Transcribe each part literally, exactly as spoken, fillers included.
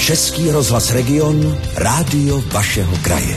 Český rozhlas Region, rádio vašeho kraje.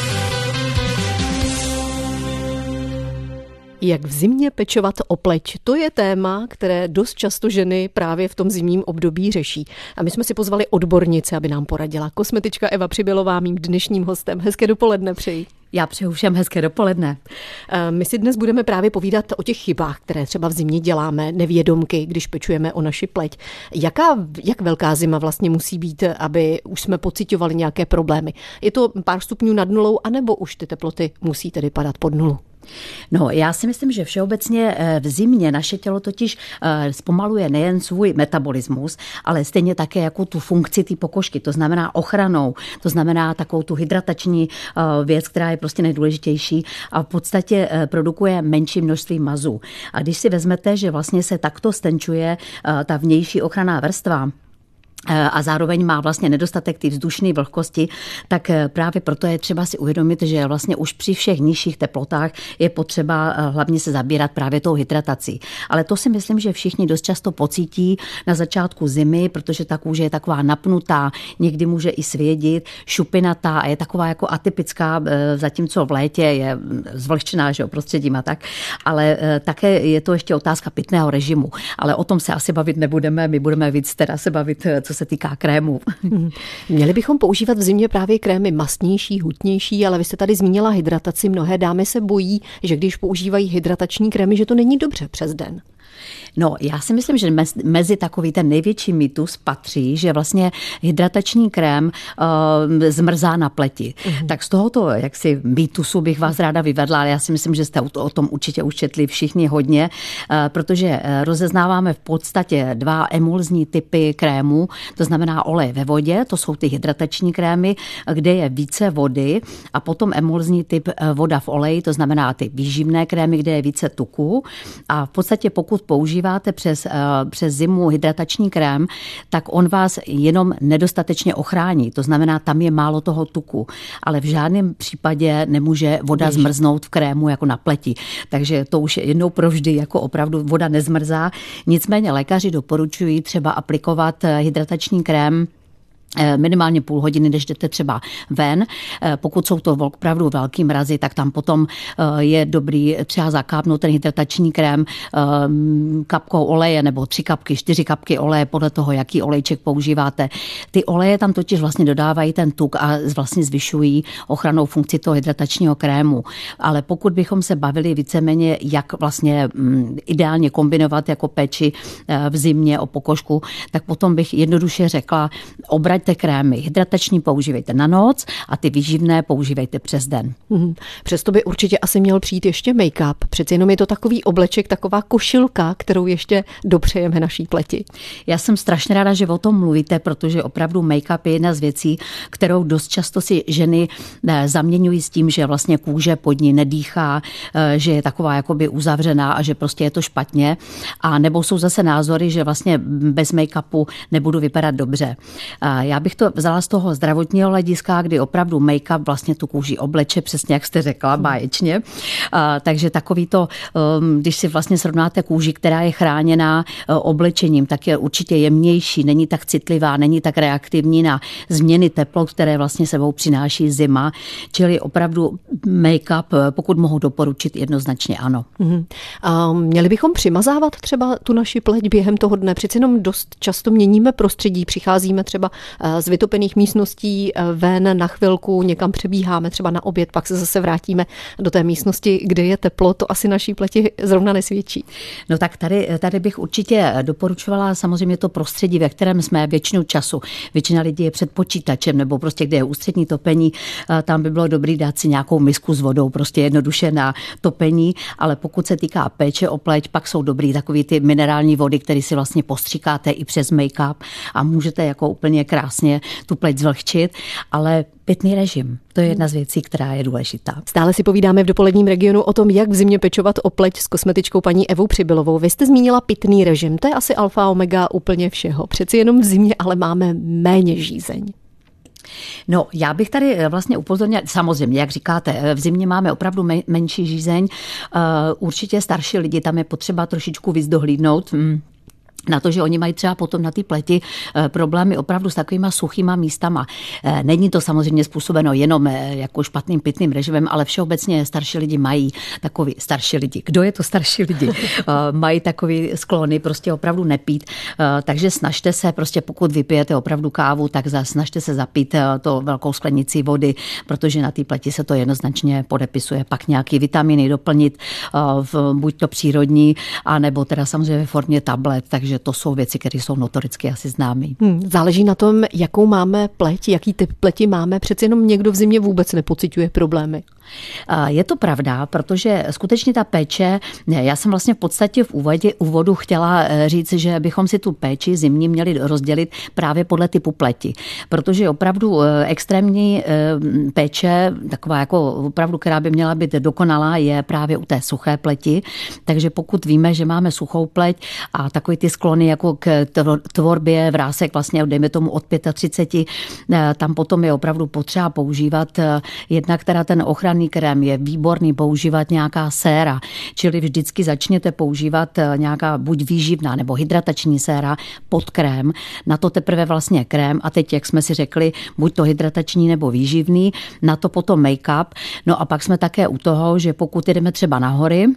Jak v zimě pečovat o pleť, to je téma, které dost často ženy právě v tom zimním období řeší. A my jsme si pozvali odbornici, aby nám poradila. Kosmetička Eva Přibylová, mým dnešním hostem. Hezké dopoledne přeji. Já přeju všem hezké dopoledne. My si dnes budeme právě povídat o těch chybách, které třeba v zimě děláme, nevědomky, když pečujeme o naši pleť. Jaká, jak velká zima vlastně musí být, aby už jsme pociťovali nějaké problémy? Je to pár stupňů nad nulou, anebo už ty teploty musí tedy padat pod nulu? No, já si myslím, že všeobecně v zimě naše tělo totiž zpomaluje nejen svůj metabolismus, ale stejně také jako tu funkci té pokožky, to znamená ochranou, to znamená takovou tu hydratační věc, která je prostě nejdůležitější a v podstatě produkuje menší množství mazu. A když si vezmete, že vlastně se takto stenčuje ta vnější ochranná vrstva, a zároveň má vlastně nedostatek té vzdušné vlhkosti, tak právě proto je třeba si uvědomit, že vlastně už při všech nižších teplotách je potřeba hlavně se zabírat právě tou hydratací. Ale to si myslím, že všichni dost často pocítí na začátku zimy, protože ta kůže je taková napnutá, někdy může i svědit, šupinatá a je taková jako atypická, zatímco v létě je zvlhčená, že jo, prostředím a tak. Ale také je to ještě otázka pitného režimu. Ale o tom se asi bavit nebudeme, my budeme víc teda se bavit, co se týká krémů. Měli bychom používat v zimě právě krémy mastnější, hutnější, ale vy jste tady zmínila hydrataci. Mnohé dámy se bojí, že když používají hydratační krémy, že to není dobře přes den. No, já si myslím, že mezi takový ten největší mýtus patří, že vlastně hydratační krém uh, zmrzá na pleti. Mm-hmm. Tak z tohoto jaksi mýtusu bych vás ráda vyvedla, ale já si myslím, že jste o tom určitě už četli všichni hodně, uh, protože rozeznáváme v podstatě dva emulzní typy krémů, to znamená olej ve vodě, to jsou ty hydratační krémy, kde je více vody a potom emulzní typ voda v oleji, to znamená ty výživné krémy, kde je více tuku a v podstatě pokud používáte přes, přes zimu hydratační krém, tak on vás jenom nedostatečně ochrání. To znamená, tam je málo toho tuku. Ale v žádném případě nemůže voda Jež. zmrznout v krému jako na pleti. Takže to už jednou provždy jako opravdu voda nezmrzá. Nicméně lékaři doporučují třeba aplikovat hydratační krém minimálně půl hodiny, než jdete třeba ven. Pokud jsou to opravdu velký mrazy, tak tam potom je dobrý třeba zakápnout ten hydratační krém kapkou oleje nebo tři kapky, čtyři kapky oleje, podle toho, jaký olejček používáte. Ty oleje tam totiž vlastně dodávají ten tuk a vlastně zvyšují ochrannou funkci toho hydratačního krému. Ale pokud bychom se bavili víceméně, jak vlastně ideálně kombinovat jako péči v zimě o pokožku, tak potom bych jednoduše řekla, obrať krémy. Hydratační používejte na noc a ty výživné používejte přes den. Hmm. Přesto by určitě asi měl přijít ještě make-up. Přeci jenom je to takový obleček, taková košilka, kterou ještě dopřejeme naší pleti. Já jsem strašně ráda, že o tom mluvíte, protože opravdu make-up je jedna z věcí, kterou dost často si ženy zaměňují s tím, že vlastně kůže pod ní nedýchá, že je taková jakoby uzavřená a že prostě je to špatně. A nebo jsou zase názory, že vlastně bez make-upu nebudu vypadat dobře. Já bych to vzala z toho zdravotního hlediska, kdy opravdu make-up vlastně tu kůži obleče, přesně jak jste řekla, báječně. Takže takový to, když si vlastně srovnáte kůži, která je chráněná oblečením, tak je určitě jemnější, není tak citlivá, není tak reaktivní na změny teplot, které vlastně sebou přináší zima. Čili opravdu make-up, pokud mohu doporučit, jednoznačně ano. Mm-hmm. A měli bychom přimazávat třeba tu naši pleť během toho dne? Přeci jenom dost často měníme prostředí, přicházíme třeba z vytopených místností ven na chvilku, někam přebíháme třeba na oběd, pak se zase vrátíme do té místnosti, kde je teplo, to asi naší pleti zrovna nesvědčí. No tak tady, tady bych určitě doporučovala samozřejmě to prostředí, ve kterém jsme většinu času. Většina lidí je před počítačem nebo prostě kde je ústřední topení, tam by bylo dobré dát si nějakou misku s vodou, prostě jednoduše na topení, ale pokud se týká péče o pleť, pak jsou dobrý takový ty minerální vody, které si vlastně postříkáte i přes make-up a můžete jako úplně krásně tu pleť zvlhčit, ale pitný režim, to je jedna z věcí, která je důležitá. Stále si povídáme v dopoledním regionu o tom, jak v zimě pečovat o pleť s kosmetičkou paní Evou Přibylovou. Vy jste zmínila pitný režim, to je asi alfa omega úplně všeho. Přeci jenom v zimě ale máme méně žízeň. No, já bych tady vlastně upozornila, samozřejmě, jak říkáte, v zimě máme opravdu menší žízeň, určitě starší lidi, tam je potřeba trošičku víc dohlídnout. na to, že oni mají třeba potom na té pleti problémy opravdu s takovýma suchýma místama. Není to samozřejmě způsobeno jenom jako špatným pitným režimem, ale všeobecně starší lidi mají takový, starší lidi, kdo je to starší lidi, mají takový sklony prostě opravdu nepít, takže snažte se prostě, pokud vypijete opravdu kávu, tak snažte se zapít to velkou sklenici vody, protože na té pleti se to jednoznačně podepisuje. Pak nějaký vitaminy doplnit, buď to přírodní, anebo teda samozřejmě ve formě tablet, takže to jsou věci, které jsou notoricky asi známé. Hmm, záleží na tom, jakou máme pleť, jaký typ pleti máme. Přeci jenom někdo v zimě vůbec nepociťuje problémy. Je to pravda, protože skutečně ta péče, já jsem vlastně v podstatě v úvodě, úvodu chtěla říct, že bychom si tu péči zimní měli rozdělit právě podle typu pleti, protože opravdu extrémní péče, taková jako opravdu, která by měla být dokonalá, je právě u té suché pleti, takže pokud víme, že máme suchou pleť a takový ty sklony jako k tvorbě vrásek vlastně, dejme tomu od třicet pět, tam potom je opravdu potřeba používat jednak teda ten ochranný krém, je výborný používat nějaká séra, čili vždycky začněte používat nějaká buď výživná nebo hydratační séra pod krém, na to teprve vlastně krém a teď, jak jsme si řekli, buď to hydratační nebo výživný, na to potom make-up, no a pak jsme také u toho, že pokud jdeme třeba na hory,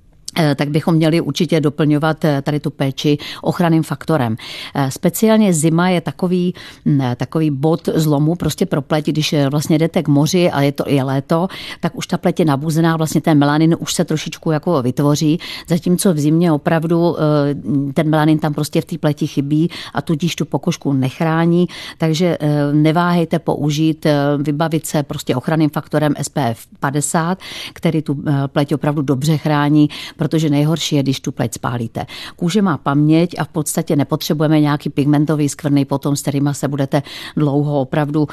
tak bychom měli určitě doplňovat tady tu péči ochranným faktorem. Speciálně zima je takový, takový bod zlomu prostě pro pleť, když vlastně jdete k moři a je to i léto, tak už ta pleť je nabuzená, vlastně ten melanin už se trošičku jako vytvoří, zatímco v zimě opravdu ten melanin tam prostě v té pleti chybí a tudíž tu pokožku nechrání, takže neváhejte použít, vybavit se prostě ochranným faktorem S P F padesát, který tu pleť opravdu dobře chrání, protože nejhorší je, když tu pleť spálíte. Kůže má paměť a v podstatě nepotřebujeme nějaký pigmentový skvrny potom, s kterýma se budete dlouho opravdu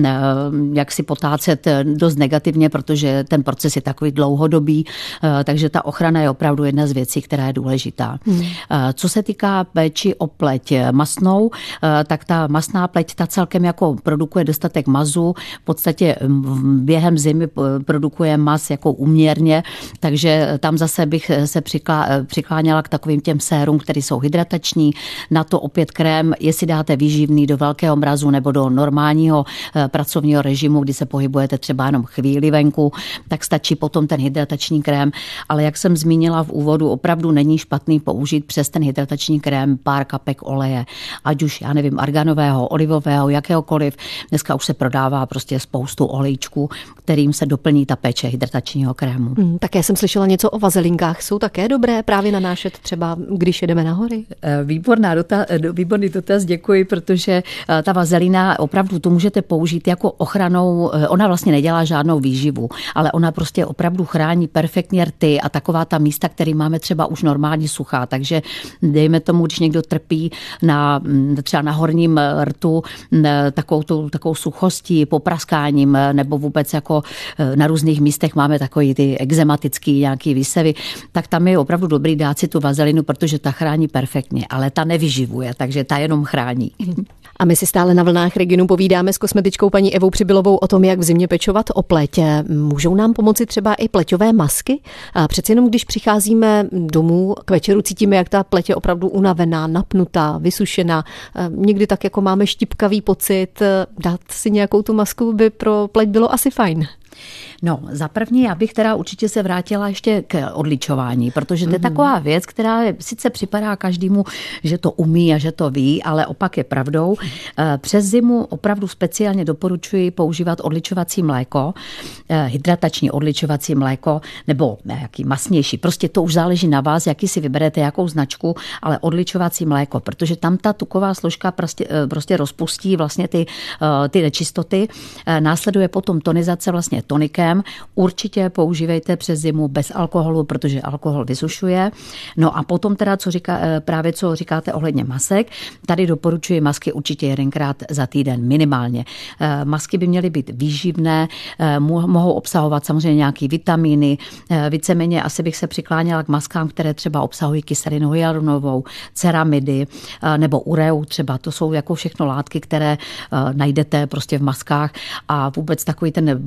jak si potácet dost negativně, protože ten proces je takový dlouhodobý, takže ta ochrana je opravdu jedna z věcí, která je důležitá. Hmm. Co se týká péči o pleť masnou, tak ta masná pleť ta celkem jako produkuje dostatek mazu, v podstatě během zimy produkuje mas jako uměrně, takže tam zase bych se přikláněla k takovým těm sérům, které jsou hydratační, na to opět krém, jestli dáte výživný do velkého mrazu nebo do normálního pracovního režimu, kdy se pohybujete třeba jenom chvíli venku, tak stačí potom ten hydratační krém, ale jak jsem zmínila v úvodu, opravdu není špatný použít přes ten hydratační krém pár kapek oleje, ať už, já nevím, arganového, olivového, jakéhokoliv. Dneska už se prodává prostě spoustu olejčků, kterým se doplní ta péče hydratačního krému. Hmm, také jsem slyšela něco o vazelinkách. Jsou také dobré právě nanášet třeba, když jedeme na hory? Výborná dotaz, výborný dotaz, děkuji, protože ta vazelina opravdu tu můžete použít jako ochranou, ona vlastně nedělá žádnou výživu, ale ona prostě opravdu chrání perfektně rty a taková ta místa, které máme třeba už normálně suchá, takže dejme tomu, když někdo trpí na, třeba na horním rtu takovou, tu, takovou suchostí, popraskáním nebo vůbec jako na různých místech máme takový ty exematický nějaký výsevy, tak tam je opravdu dobrý dát si tu vazelinu, protože ta chrání perfektně, ale ta nevyživuje, takže ta jenom chrání. A my si stále na vlnách Reginu povídáme s kosmetičkou paní Evou Přibylovou o tom, jak v zimě pečovat o pleť. Můžou nám pomoci třeba i pleťové masky? A přeci jenom, když přicházíme domů k večeru, cítíme, jak ta pleť je opravdu unavená, napnutá, vysušená. Někdy tak jako máme štipkavý pocit. Dát si nějakou tu masku by pro pleť bylo asi fajn. No, za první, já bych teda určitě se vrátila ještě k odličování, protože to je taková věc, která sice připadá každému, že to umí a že to ví, ale opak je pravdou. Přes zimu opravdu speciálně doporučuji používat odličovací mléko, hydratační odličovací mléko, nebo jaký masnější. Prostě to už záleží na vás, jaký si vyberete, jakou značku, ale odličovací mléko, protože tam ta tuková složka prostě, prostě rozpustí vlastně ty, ty nečistoty. Následuje potom tonizace vlastně tonikem. Určitě používejte přes zimu bez alkoholu, protože alkohol vysušuje. No a potom teda, co říká, právě co říkáte ohledně masek, tady doporučuji masky určitě jedenkrát za týden minimálně. Masky by měly být výživné, mohou obsahovat samozřejmě nějaké vitamíny, víceméně asi bych se přikláněla k maskám, které třeba obsahují kyselinu hyaluronovou, ceramidy nebo ureu třeba. To jsou jako všechno látky, které najdete prostě v maskách a vůbec takový ten babský recept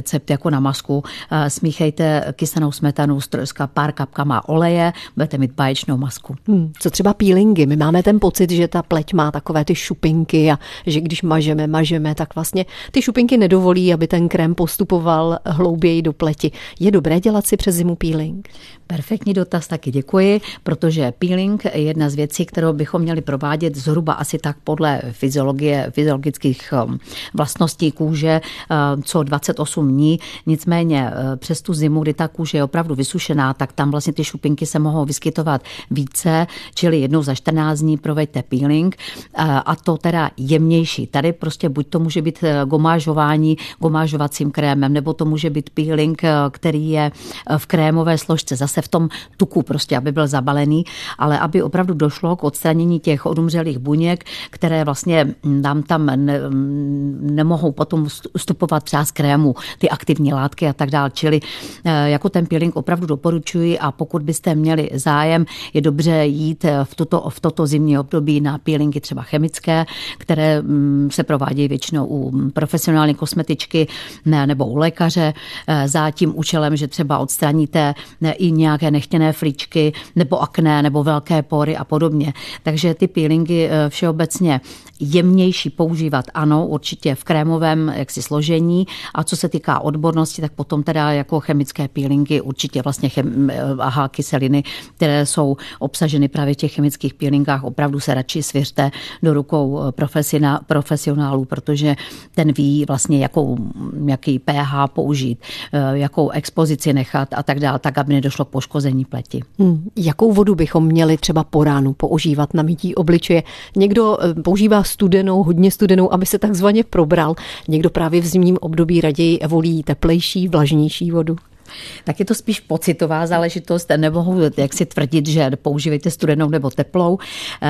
recept jako na masku. Smíchejte kysanou smetanu s pár kapkama oleje, budete mít báječnou masku. Hmm, co třeba peelingy? My máme ten pocit, že ta pleť má takové ty šupinky a že když mažeme, mažeme, tak vlastně ty šupinky nedovolí, aby ten krém postupoval hlouběji do pleti. Je dobré dělat si přes zimu peeling? Perfektní dotaz, taky děkuji, protože peeling je jedna z věcí, kterou bychom měli provádět zhruba asi tak podle fyziologie, fyziologických vlastností kůže co dvacet osm dní. Nicméně přes tu zimu, kdy ta kůže je opravdu vysušená, tak tam vlastně ty šupinky se mohou vyskytovat více, čili jednou za čtrnáct dní proveďte peeling a to teda jemnější. Tady prostě buď to může být gomážování gomážovacím krémem, nebo to může být peeling, který je v krémové složce, zase v tom tuku prostě, aby byl zabalený, ale aby opravdu došlo k odstranění těch odumřelých buněk, které vlastně nám tam ne, nemohou potom vstupovat třeba z krému, ty aktivní látky a tak dále. Čili jako ten peeling opravdu doporučuji a pokud byste měli zájem, je dobře jít v toto, v toto zimní období na peelingy třeba chemické, které se provádějí většinou u profesionální kosmetičky ne, nebo u lékaře za tím účelem, že třeba odstraníte i nějaké nechtěné flíčky nebo akné nebo velké pory a podobně. Takže ty peelingy všeobecně jemnější používat, ano, určitě v krémovém jaksi složení a co se týká odbornosti, tak potom teda jako chemické peelingy určitě vlastně chem, aha, kyseliny, které jsou obsaženy právě v těch chemických peelingách, opravdu se radši svěřte do rukou profesionálů, protože ten ví vlastně jakou, jaký pH použít, jakou expozici nechat a tak dále, tak aby nedošlo k poškození pleti. Hmm. Jakou vodu bychom měli třeba po ránu používat na mytí obličeje? Někdo používá studenou, hodně studenou, aby se takzvaně probral. Někdo právě v zimním období raději volí teplejší, vlažnější vodu. Tak je to spíš pocitová záležitost. Nemohu jak si tvrdit, že používejte studenou nebo teplou.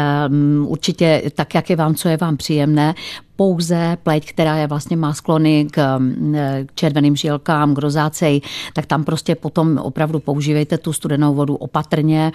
Um, určitě tak, jak je vám, co je vám příjemné. Pouze pleť, která je vlastně má sklony k červeným žilkám, k rozáceji, tak tam prostě potom opravdu používejte tu studenou vodu opatrně.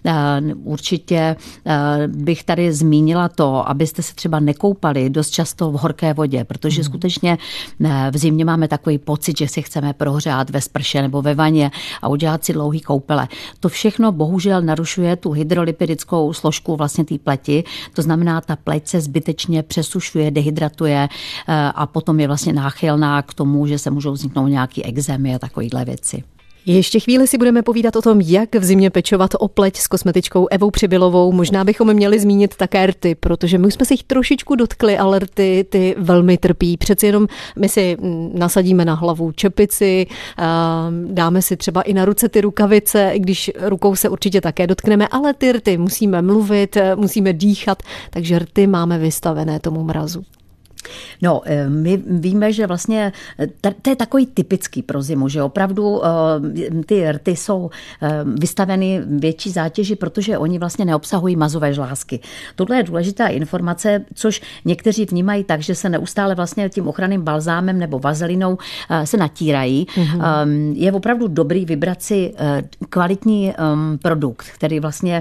Určitě bych tady zmínila to, abyste se třeba nekoupali dost často v horké vodě, protože hmm. skutečně v zimě máme takový pocit, že si chceme prohřát ve sprše nebo ve vaně a udělat si dlouhý koupele. To všechno bohužel narušuje tu hydrolipidickou složku vlastně té pleti, to znamená, ta pleť se zbytečně přesušuje, dehydratuje a potom je vlastně náchylná k tomu, že se můžou vzniknout nějaký ekzémy a takovéhle věci. Ještě chvíli si budeme povídat o tom, jak v zimě pečovat o pleť s kosmetičkou Evou Přibylovou. Možná bychom měli zmínit také rty, protože my jsme si jich trošičku dotkli, ale rty ty velmi trpí. Přeci jenom my si nasadíme na hlavu čepici, dáme si třeba i na ruce ty rukavice, i když rukou se určitě také dotkneme, ale ty rty musíme mluvit, musíme dýchat, takže rty máme vystavené tomu mrazu. No, my víme, že vlastně to je takový typický pro zimu, že opravdu ty rty jsou vystaveny větší zátěži, protože oni vlastně neobsahují mazové žlázky. Tohle je důležitá informace, což někteří vnímají tak, že se neustále vlastně tím ochranným balzámem nebo vazelinou se natírají. Mm-hmm. Je opravdu dobrý vybrat si kvalitní produkt, který vlastně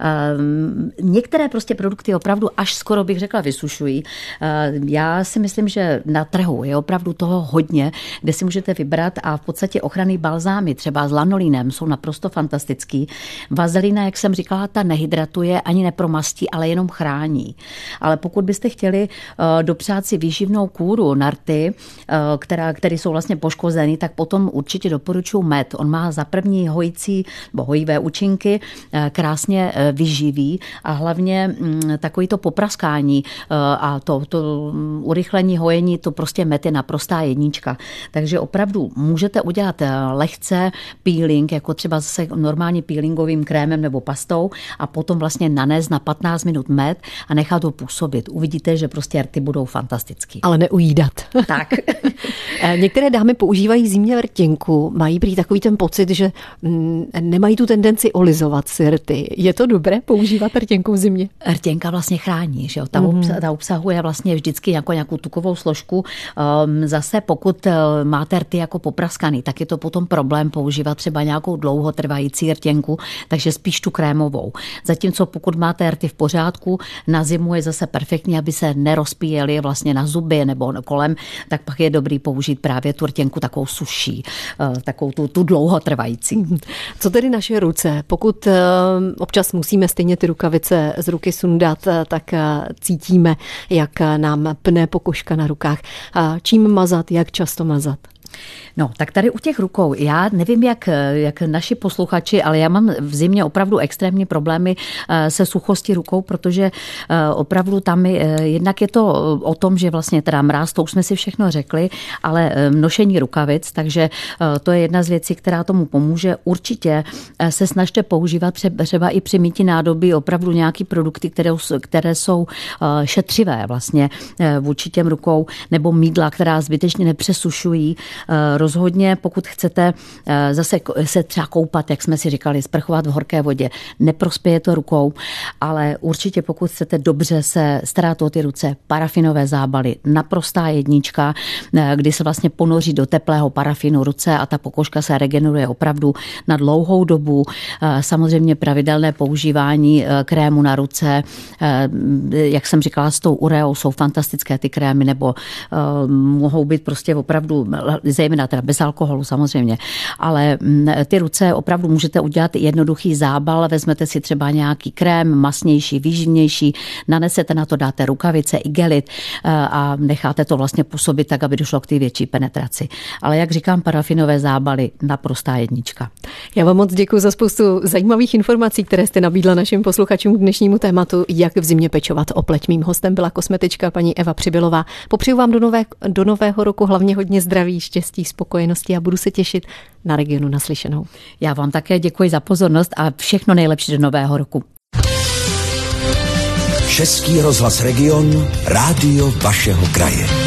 některé prostě produkty opravdu až skoro bych řekla vysušují. Já Já si myslím, že na trhu je opravdu toho hodně, kde si můžete vybrat a v podstatě ochranný balzámy, třeba s lanolínem, jsou naprosto fantastický. Vazelina, jak jsem říkala, ta nehydratuje ani nepromastí, ale jenom chrání. Ale pokud byste chtěli uh, dopřát si výživnou kůru na rty, uh, která, které jsou vlastně poškozeny, tak potom určitě doporučuji med. On má za první hojící, nebo hojivé účinky, uh, krásně uh, vyživí a hlavně um, takový to popraskání uh, a to, to urychlení hojení, to prostě med je naprostá jednička. Takže opravdu můžete udělat lehce peeling, jako třeba zase normálně peelingovým krémem nebo pastou a potom vlastně nanést na patnáct minut med a nechat ho působit. Uvidíte, že prostě rty budou fantastický. Ale neujídat. Tak. Některé dámy používají zimně rtěnku, mají prý takový ten pocit, že nemají tu tendenci olizovat si rty. Je to dobré používat rtěnku v zimě? Rtěnka vlastně chrání, že jo? Ta, mm. obsa, ta obsahuje vlastně vždycky jako nějakou tukovou složku. Zase pokud máte rty jako popraskaný, tak je to potom problém používat třeba nějakou dlouhotrvající rtěnku, takže spíš tu krémovou. Zatímco pokud máte rty v pořádku, na zimu je zase perfektní, aby se nerozpíjeli vlastně na zuby nebo kolem, tak pak je dobrý použít právě tu rtěnku takovou suší, takovou tu, tu dlouhotrvající. Co tedy naše ruce? Pokud občas musíme stejně ty rukavice z ruky sundat, tak cítíme, jak nám pne pokožka na rukách. Čím mazat, jak často mazat? No, tak tady u těch rukou, já nevím, jak, jak naši posluchači, ale já mám v zimě opravdu extrémní problémy se suchostí rukou, protože opravdu tam je, jednak je to o tom, že vlastně teda mráz, to už jsme si všechno řekli, ale nošení rukavic, takže to je jedna z věcí, která tomu pomůže. Určitě se snažte používat třeba i při mytí nádobí opravdu nějaký produkty, které, které jsou šetřivé vlastně vůči těm rukou, nebo mýdla, která zbytečně nepřesušují. Rozhodně, pokud chcete zase se třeba koupat, jak jsme si říkali, sprchovat v horké vodě, neprospěje to rukou, ale určitě pokud chcete dobře se starat o ty ruce, parafinové zábaly, naprostá jednička, kdy se vlastně ponoří do teplého parafinu ruce a ta pokožka se regeneruje opravdu na dlouhou dobu. Samozřejmě pravidelné používání krému na ruce, jak jsem říkala, s tou ureou jsou fantastické ty krémy, nebo mohou být prostě opravdu zejména teda bez alkoholu samozřejmě, ale ty ruce opravdu můžete udělat jednoduchý zábal, vezmete si třeba nějaký krém, masnější, výživnější, nanesete na to, dáte rukavice, igelit a necháte to vlastně působit tak, aby došlo k té větší penetraci. Ale jak říkám, parafinové zábaly, naprostá jednička. Já vám moc děkuji za spoustu zajímavých informací, které jste nabídla našim posluchačům k dnešnímu tématu, jak v zimě pečovat o pleť. Mým hostem byla kosmetička paní Eva Přibylová. Popřeju vám do, nové, do nového roku hlavně hodně zdraví, štěstí, spokojenosti a budu se těšit na Regionu naslyšenou. Já vám také děkuji za pozornost a všechno nejlepší do nového roku. Český rozhlas Region, rádio vašeho kraje.